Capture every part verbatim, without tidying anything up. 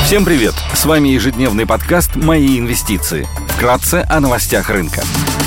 Всем привет! С вами ежедневный подкаст «Мои инвестиции». Вкратце о новостях рынка.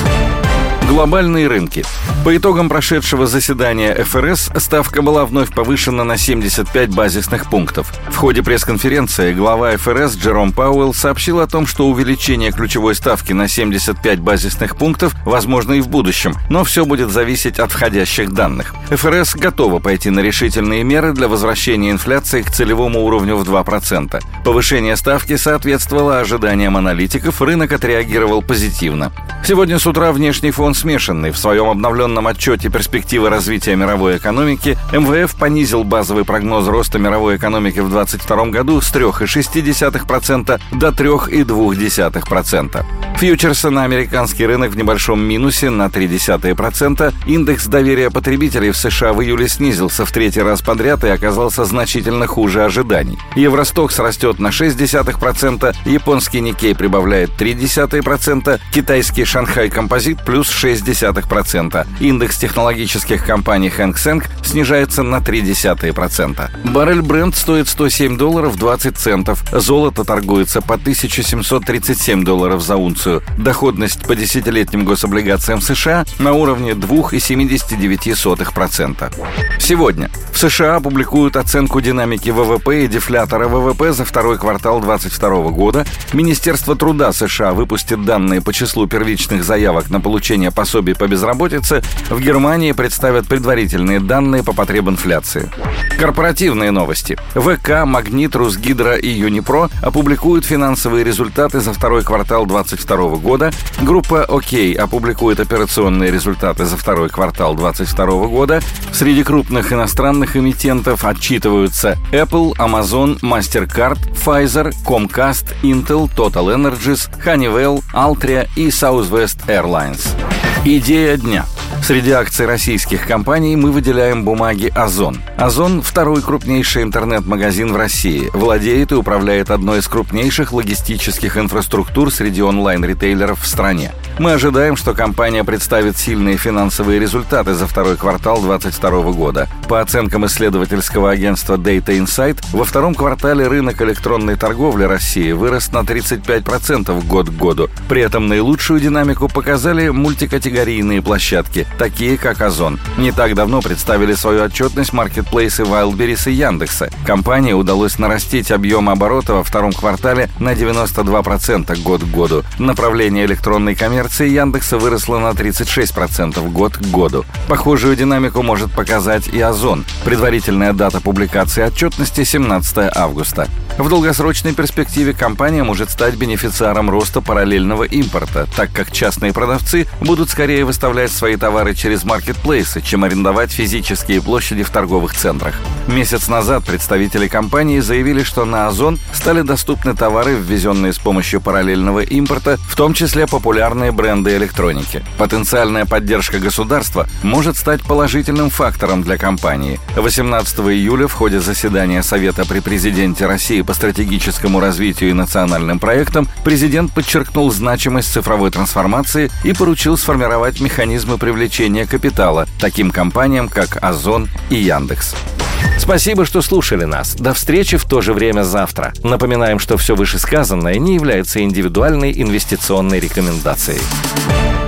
Глобальные рынки. По итогам прошедшего заседания эф эр эс ставка была вновь повышена на семьдесят пять базисных пунктов. В ходе пресс-конференции глава эф эр эс Джером Пауэлл сообщил о том, что увеличение ключевой ставки на семьдесят пять базисных пунктов возможно и в будущем, но все будет зависеть от входящих данных. эф эр эс готова пойти на решительные меры для возвращения инфляции к целевому уровню в два процента. Повышение ставки соответствовало ожиданиям аналитиков, рынок отреагировал позитивно. Сегодня с утра внешний фон смешанный. В своем обновленном отчете «Перспективы развития мировой экономики» эм вэ эф понизил базовый прогноз роста мировой экономики в две тысячи двадцать втором году с три целых шесть десятых процента до три целых две десятых процента. Фьючерсы на американский рынок в небольшом минусе на ноль целых три десятых процента. Индекс доверия потребителей в США в июле снизился в третий раз подряд и оказался значительно хуже ожиданий. Евростокс растет на шесть десятых процента, японский Никкей прибавляет три десятых процента, китайский Шанхай Композит плюс шесть десятых процента. Индекс технологических компаний Хэнк Сэнк снижается на три десятых процента. Баррель Брент стоит сто семь долларов двадцать центов. Золото торгуется по тысяча семьсот тридцать семь долларов за унцию. Доходность по десятилетним гособлигациям США на уровне два целых семьдесят девять сотых процента. Сегодня в США опубликуют оценку динамики вэ вэ пэ и дефлятора вэ вэ пэ за второй квартал две тысячи двадцать второго года. Министерство труда США выпустит данные по числу первичных заявок на получение пособий по безработице. В Германии представят предварительные данные по потреб инфляции. Корпоративные новости. вэ ка, Магнит, Русгидро и Юнипро опубликуют финансовые результаты за второй квартал две тысячи двадцать второго года. Группа ОК опубликует операционные результаты за второй квартал две тысячи двадцать второго года. Среди крупных иностранных эмитентов отчитываются Apple, Amazon, MasterCard, Pfizer, Comcast, Intel, Total Energies, Honeywell, Altria и Southwest Airlines. Идея дня. Среди акций российских компаний мы выделяем бумаги Озон. Озон – второй крупнейший интернет-магазин в России, владеет и управляет одной из крупнейших логистических инфраструктур среди онлайн-ритейлеров в стране. Мы ожидаем, что компания представит сильные финансовые результаты за второй квартал две тысячи двадцать второго года. По оценкам исследовательского агентства Data Insight, во втором квартале рынок электронной торговли России вырос на тридцать пять процентов год к году. При этом наилучшую динамику показали мультикатегорийные площадки, такие как Озон. Не так давно представили свою отчетность маркетплейсы Wildberries и Яндекса. Компании удалось нарастить объем оборота во втором квартале на девяносто два процента год к году. Направление электронной коммерции Яндекса выросло на тридцать шесть процентов год к году. Похожую динамику может показать и Озон. Предварительная дата публикации отчетности семнадцатого августа. В долгосрочной перспективе компания может стать бенефициаром роста параллельного импорта, так как частные продавцы будут скорее выставлять свои товары через маркетплейсы, чем арендовать физические площади в торговых центрах. Месяц назад представители компании заявили, что на Озон стали доступны товары, ввезенные с помощью параллельного импорта, в том числе популярные бренды электроники. Потенциальная поддержка государства может стать положительным фактором для компании. восемнадцатого июля в ходе заседания Совета при президенте России по стратегическому развитию и национальным проектам президент подчеркнул значимость цифровой трансформации и поручил сформировать механизмы привлечения капитала таким компаниям, как Озон и Яндекс. Спасибо, что слушали нас. До встречи в то же время завтра. Напоминаем, что все вышесказанное не является индивидуальной инвестиционной рекомендацией.